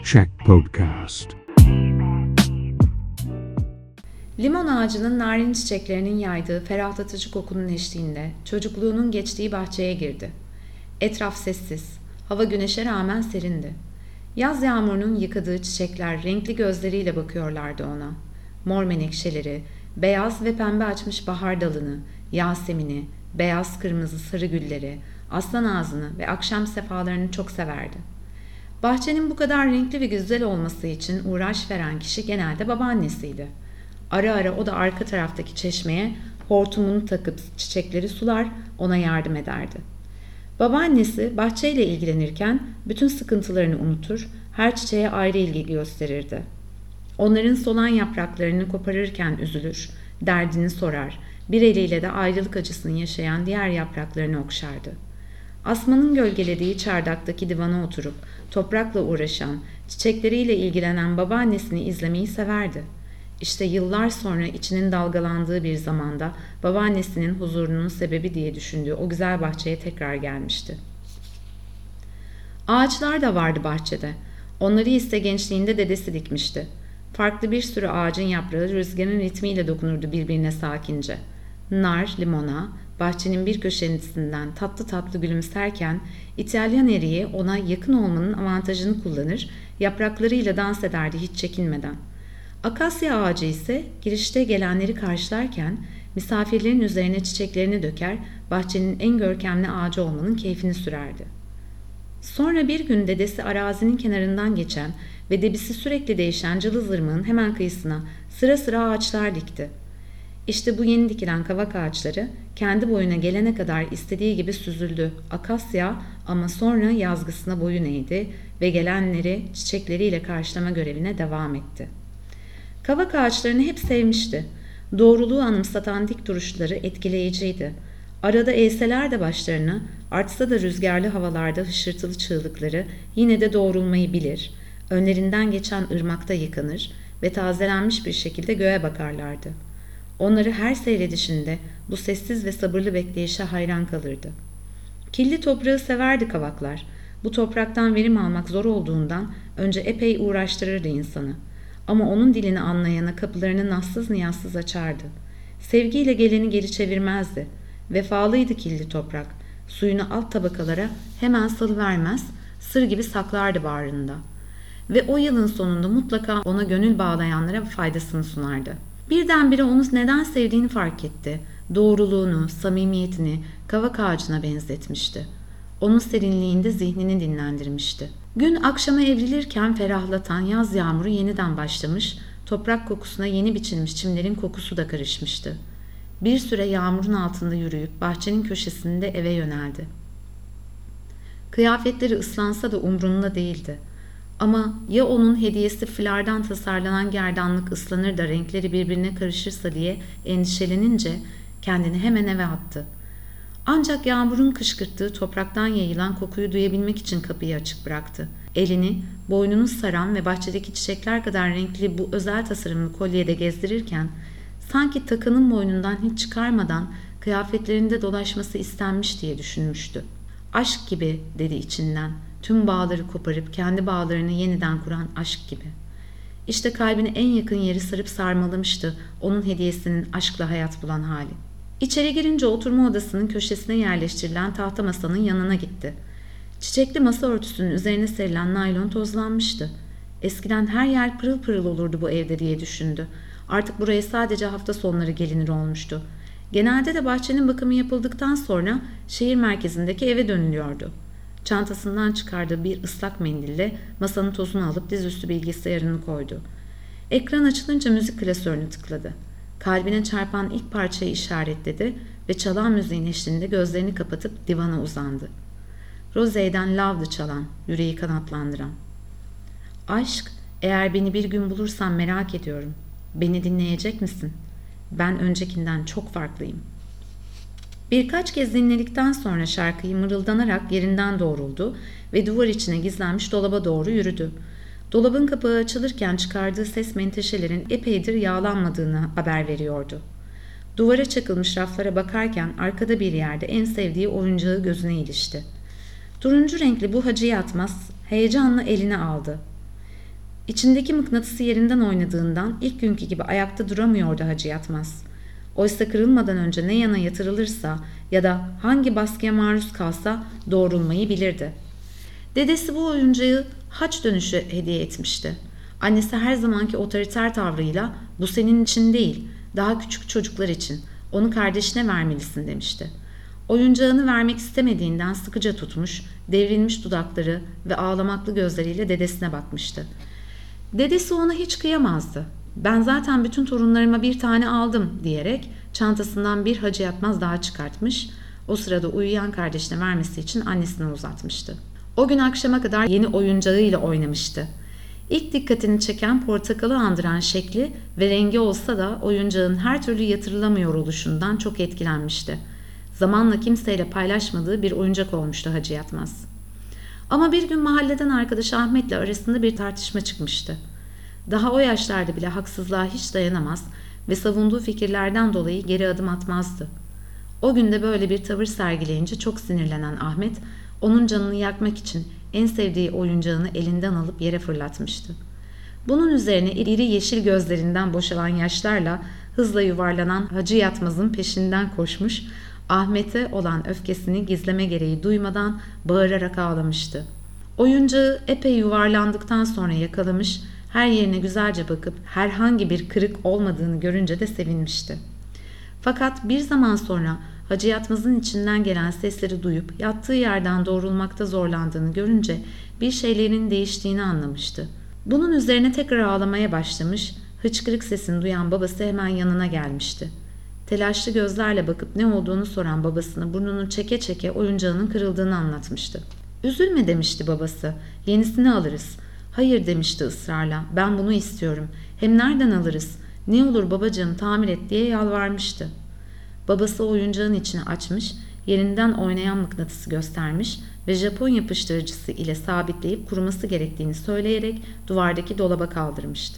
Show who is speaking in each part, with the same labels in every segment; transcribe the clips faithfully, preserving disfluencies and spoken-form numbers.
Speaker 1: Check Podcast.
Speaker 2: Limon ağacının narin çiçeklerinin yaydığı ferahlatıcı kokunun eşliğinde çocukluğunun geçtiği bahçeye girdi. Etraf sessiz, hava güneşe rağmen serindi. Yaz yağmurunun yıkadığı çiçekler renkli gözleriyle bakıyorlardı ona. Mor menekşeleri, beyaz ve pembe açmış bahar dalını, yasemini, beyaz kırmızı sarı gülleri, aslan ağzını ve akşam sefalarını çok severdi. Bahçenin bu kadar renkli ve güzel olması için uğraş veren kişi genelde babaannesiydi. Ara ara o da arka taraftaki çeşmeye hortumunu takıp çiçekleri sular, ona yardım ederdi. Babaannesi bahçeyle ilgilenirken bütün sıkıntılarını unutur, her çiçeğe ayrı ilgi gösterirdi. Onların solan yapraklarını koparırken üzülür, derdini sorar, bir eliyle de ayrılık acısını yaşayan diğer yapraklarını okşardı. Asmanın gölgelediği çardaktaki divana oturup toprakla uğraşan, çiçekleriyle ilgilenen babaannesini izlemeyi severdi. İşte yıllar sonra içinin dalgalandığı bir zamanda babaannesinin huzurunun sebebi diye düşündüğü o güzel bahçeye tekrar gelmişti. Ağaçlar da vardı bahçede. Onları ise gençliğinde dedesi dikmişti. Farklı bir sürü ağacın yaprağı rüzgarın ritmiyle dokunurdu birbirine sakince. Nar, limona, bahçenin bir köşesinden tatlı tatlı gülümserken İtalyan eriği ona yakın olmanın avantajını kullanır, yapraklarıyla dans ederdi hiç çekinmeden. Akasya ağacı ise girişte gelenleri karşılarken misafirlerin üzerine çiçeklerini döker, bahçenin en görkemli ağacı olmanın keyfini sürerdi. Sonra bir gün dedesi arazinin kenarından geçen ve debisi sürekli değişen Cılızırmağın hemen kıyısına sıra sıra ağaçlar dikti. İşte bu yeni dikilen kavak ağaçları kendi boyuna gelene kadar istediği gibi süzüldü akasya ama sonra yazgısına boyun eğdi ve gelenleri çiçekleriyle karşılama görevine devam etti. Kavak ağaçlarını hep sevmişti. Doğruluğu anımsatan dik duruşları etkileyiciydi. Arada eğseler de başlarını, artsa da rüzgarlı havalarda hışırtılı çığlıkları yine de doğrulmayı bilir. Önlerinden geçen ırmakta yıkanır ve tazelenmiş bir şekilde göğe bakarlardı. Onları her seyredişinde bu sessiz ve sabırlı bekleyişe hayran kalırdı. Kirli toprağı severdi kavaklar. Bu topraktan verim almak zor olduğundan önce epey uğraştırırdı insanı. Ama onun dilini anlayana kapılarını nazsız niyazsız açardı. Sevgiyle geleni geri çevirmezdi. Vefalıydı kirli toprak. Suyunu alt tabakalara hemen salıvermez, sır gibi saklardı bağrında. Ve o yılın sonunda mutlaka ona gönül bağlayanlara faydasını sunardı. Birdenbire onu neden sevdiğini fark etti. Doğruluğunu, samimiyetini kavak ağacına benzetmişti. Onun serinliğinde zihnini dinlendirmişti. Gün akşama evrilirken ferahlatan yaz yağmuru yeniden başlamış, toprak kokusuna yeni biçilmiş çimlerin kokusu da karışmıştı. Bir süre yağmurun altında yürüyüp bahçenin köşesinde eve yöneldi. Kıyafetleri ıslansa da umrunda değildi. Ama ya onun hediyesi flardan tasarlanan gerdanlık ıslanır da renkleri birbirine karışırsa diye endişelenince kendini hemen eve attı. Ancak yağmurun kışkırttığı topraktan yayılan kokuyu duyabilmek için kapıyı açık bıraktı. Elini, boynunu saran ve bahçedeki çiçekler kadar renkli bu özel tasarımlı kolyede gezdirirken sanki takının boynundan hiç çıkarmadan kıyafetlerinde dolaşması istenmiş diye düşünmüştü. Aşk gibi dedi içinden, tüm bağları koparıp kendi bağlarını yeniden kuran aşk gibi. İşte kalbine en yakın yeri sarıp sarmalamıştı onun hediyesinin aşkla hayat bulan hali. İçeri girince oturma odasının köşesine yerleştirilen tahta masanın yanına gitti. Çiçekli masa örtüsünün üzerine serilen naylon tozlanmıştı. Eskiden her yer pırıl pırıl olurdu bu evde diye düşündü. Artık buraya sadece hafta sonları gelinir olmuştu. Genelde de bahçenin bakımı yapıldıktan sonra şehir merkezindeki eve dönülüyordu. Çantasından çıkardığı bir ıslak mendille masanın tozunu alıp dizüstü bilgisayarını koydu. Ekran açılınca müzik klasörünü tıkladı. Kalbine çarpan ilk parçayı işaretledi ve çalan müziğin eşliğinde gözlerini kapatıp divana uzandı. Rosé'den Love'dı çalan, yüreği kanatlandıran. Aşk, eğer beni bir gün bulursan merak ediyorum. Beni dinleyecek misin? Ben öncekinden çok farklıyım. Birkaç kez dinledikten sonra şarkıyı mırıldanarak yerinden doğruldu ve duvar içine gizlenmiş dolaba doğru yürüdü. Dolabın kapağı açılırken çıkardığı ses menteşelerin epeydir yağlanmadığını haber veriyordu. Duvara çakılmış raflara bakarken arkada bir yerde en sevdiği oyuncağı gözüne ilişti. Turuncu renkli bu Hacı Yatmaz heyecanla eline aldı. İçindeki mıknatısı yerinden oynadığından ilk günkü gibi ayakta duramıyordu Hacı Yatmaz. Oysa kırılmadan önce ne yana yatırılırsa ya da hangi baskıya maruz kalsa doğrulmayı bilirdi. Dedesi bu oyuncağı haç dönüşü hediye etmişti. Annesi her zamanki otoriter tavrıyla bu senin için değil, daha küçük çocuklar için, onu kardeşine vermelisin demişti. Oyuncağını vermek istemediğinden sıkıca tutmuş, devrilmiş dudakları ve ağlamaklı gözleriyle dedesine bakmıştı. Dedesi ona hiç kıyamazdı. Ben zaten bütün torunlarıma bir tane aldım diyerek çantasından bir Hacı Yatmaz daha çıkartmış, o sırada uyuyan kardeşine vermesi için annesine uzatmıştı. O gün akşama kadar yeni oyuncağıyla oynamıştı. İlk dikkatini çeken portakalı andıran şekli ve rengi olsa da oyuncağın her türlü yatırılamıyor oluşundan çok etkilenmişti. Zamanla kimseyle paylaşmadığı bir oyuncak olmuştu Hacı Yatmaz. Ama bir gün mahalleden arkadaşı Ahmet'le arasında bir tartışma çıkmıştı. Daha o yaşlarda bile haksızlığa hiç dayanamaz ve savunduğu fikirlerden dolayı geri adım atmazdı. O gün de böyle bir tavır sergileyince çok sinirlenen Ahmet, onun canını yakmak için en sevdiği oyuncağını elinden alıp yere fırlatmıştı. Bunun üzerine iri yeşil gözlerinden boşalan yaşlarla hızla yuvarlanan Hacı Yatmaz'ın peşinden koşmuş, Ahmet'e olan öfkesini gizleme gereği duymadan bağırarak ağlamıştı. Oyuncağı epey yuvarlandıktan sonra yakalamış, her yerine güzelce bakıp herhangi bir kırık olmadığını görünce de sevinmişti. Fakat bir zaman sonra Hacı Yatmaz'ın içinden gelen sesleri duyup yattığı yerden doğrulmakta zorlandığını görünce bir şeylerin değiştiğini anlamıştı. Bunun üzerine tekrar ağlamaya başlamış, hıçkırık sesini duyan babası hemen yanına gelmişti. Telaşlı gözlerle bakıp ne olduğunu soran babasına burnunu çeke çeke oyuncağının kırıldığını anlatmıştı. "Üzülme," demişti babası, "yenisini alırız." "Hayır," demişti ısrarla, "ben bunu istiyorum. Hem nereden alırız? Ne olur babacığım tamir et," diye yalvarmıştı. Babası oyuncağın içini açmış, yerinden oynayan mıknatısı göstermiş ve Japon yapıştırıcısı ile sabitleyip kuruması gerektiğini söyleyerek duvardaki dolaba kaldırmıştı.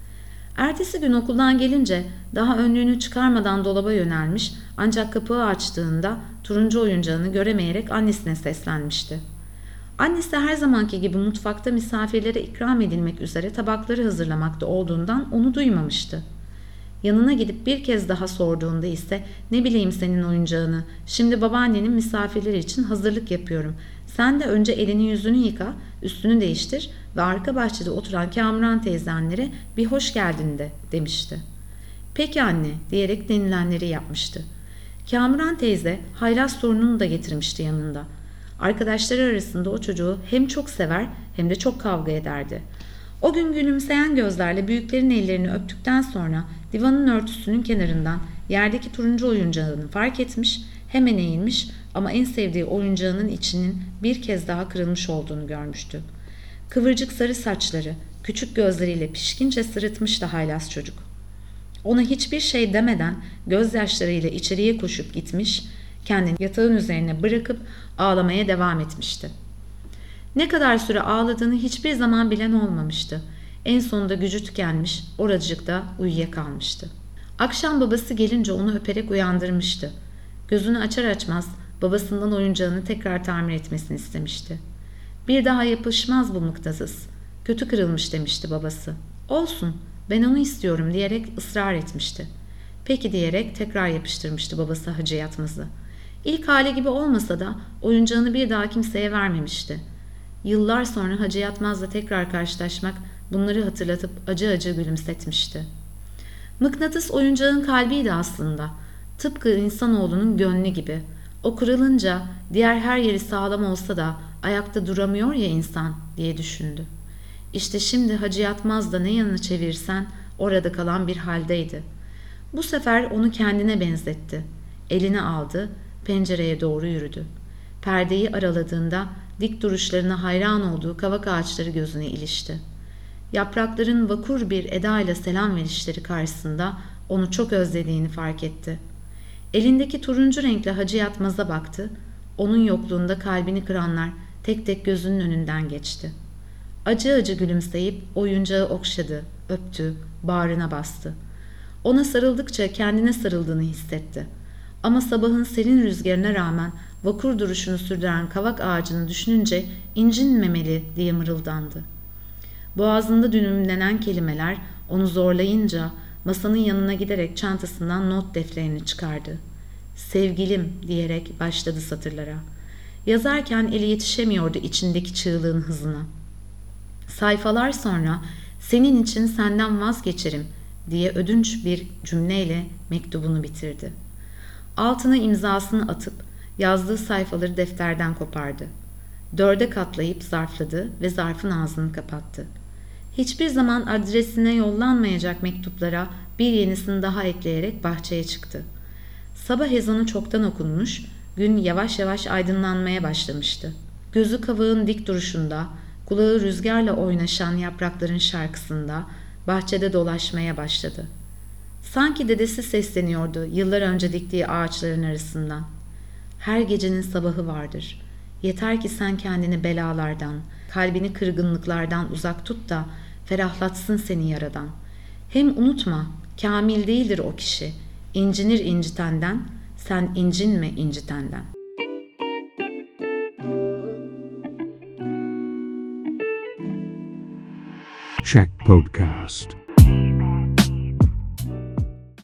Speaker 2: Ertesi gün okuldan gelince daha önlüğünü çıkarmadan dolaba yönelmiş, ancak kapağı açtığında turuncu oyuncağını göremeyerek annesine seslenmişti. Annesi her zamanki gibi mutfakta misafirlere ikram edilmek üzere tabakları hazırlamakta olduğundan onu duymamıştı. Yanına gidip bir kez daha sorduğunda ise "Ne bileyim senin oyuncağını, şimdi babaannenin misafirleri için hazırlık yapıyorum. Sen de önce elini yüzünü yıka, üstünü değiştir ve arka bahçede oturan Kamuran teyzenlere bir hoş geldin de," demişti. "Peki anne," diyerek denilenleri yapmıştı. Kamuran teyze haylaz torununu da getirmişti yanında. Arkadaşları arasında o çocuğu hem çok sever hem de çok kavga ederdi. O gün gülümseyen gözlerle büyüklerin ellerini öptükten sonra divanın örtüsünün kenarından yerdeki turuncu oyuncağını fark etmiş, hemen eğilmiş ama en sevdiği oyuncağının içinin bir kez daha kırılmış olduğunu görmüştü. Kıvırcık sarı saçları, küçük gözleriyle pişkince sırıtmıştı haylaz çocuk. Ona hiçbir şey demeden gözyaşlarıyla içeriye koşup gitmiş, kendini yatağın üzerine bırakıp ağlamaya devam etmişti. Ne kadar süre ağladığını hiçbir zaman bilen olmamıştı. En sonunda gücü tükenmiş, oracıkta uyuyakalmıştı. Akşam babası gelince onu öperek uyandırmıştı. Gözünü açar açmaz babasından oyuncağını tekrar tamir etmesini istemişti. "Bir daha yapışmaz bu mıknatıs. Kötü kırılmış," demişti babası. "Olsun, ben onu istiyorum," diyerek ısrar etmişti. "Peki," diyerek tekrar yapıştırmıştı babası Hacı Yatmaz'ı. İlk hali gibi olmasa da oyuncağını bir daha kimseye vermemişti. Yıllar sonra Hacı Yatmaz'la tekrar karşılaşmak bunları hatırlatıp acı acı gülümsetmişti. Mıknatıs oyuncağın kalbiydi aslında. Tıpkı insanoğlunun gönlü gibi. O kırılınca diğer her yeri sağlam olsa da ayakta duramıyor ya insan diye düşündü. İşte şimdi Hacı Yatmaz da ne yanına çevirsen orada kalan bir haldeydi. Bu sefer onu kendine benzetti. Elini aldı, pencereye doğru yürüdü. Perdeyi araladığında dik duruşlarına hayran olduğu kavak ağaçları gözüne ilişti. Yaprakların vakur bir edayla selam verişleri karşısında onu çok özlediğini fark etti. Elindeki turuncu renkli Hacı Yatmaz'a baktı. Onun yokluğunda kalbini kıranlar tek tek gözünün önünden geçti. Acı acı gülümseyip oyuncağı okşadı, öptü, bağrına bastı. Ona sarıldıkça kendine sarıldığını hissetti. Ama sabahın serin rüzgarına rağmen vakur duruşunu sürdüren kavak ağacını düşününce incinmemeli diye mırıldandı. Boğazında düğümlenen kelimeler onu zorlayınca masanın yanına giderek çantasından not defterini çıkardı. Sevgilim diyerek başladı satırlara. Yazarken eli yetişemiyordu içindeki çığlığın hızına. Sayfalar sonra senin için senden vazgeçerim diye ödünç bir cümleyle mektubunu bitirdi. Altına imzasını atıp yazdığı sayfaları defterden kopardı. Dörde katlayıp zarfladı ve zarfın ağzını kapattı. Hiçbir zaman adresine yollanmayacak mektuplara bir yenisini daha ekleyerek bahçeye çıktı. Sabah ezanı çoktan okunmuş, gün yavaş yavaş aydınlanmaya başlamıştı. Gözü kavağın dik duruşunda, kulağı rüzgarla oynaşan yaprakların şarkısında bahçede dolaşmaya başladı. Sanki dedesi sesleniyordu yıllar önce diktiği ağaçların arasından. Her gecenin sabahı vardır. Yeter ki sen kendini belalardan, kalbini kırgınlıklardan uzak tut da ferahlatsın seni yaradan. Hem unutma, kamil değildir o kişi. İncinir incitenden, sen incinme incitenden.
Speaker 1: Shack Podcast.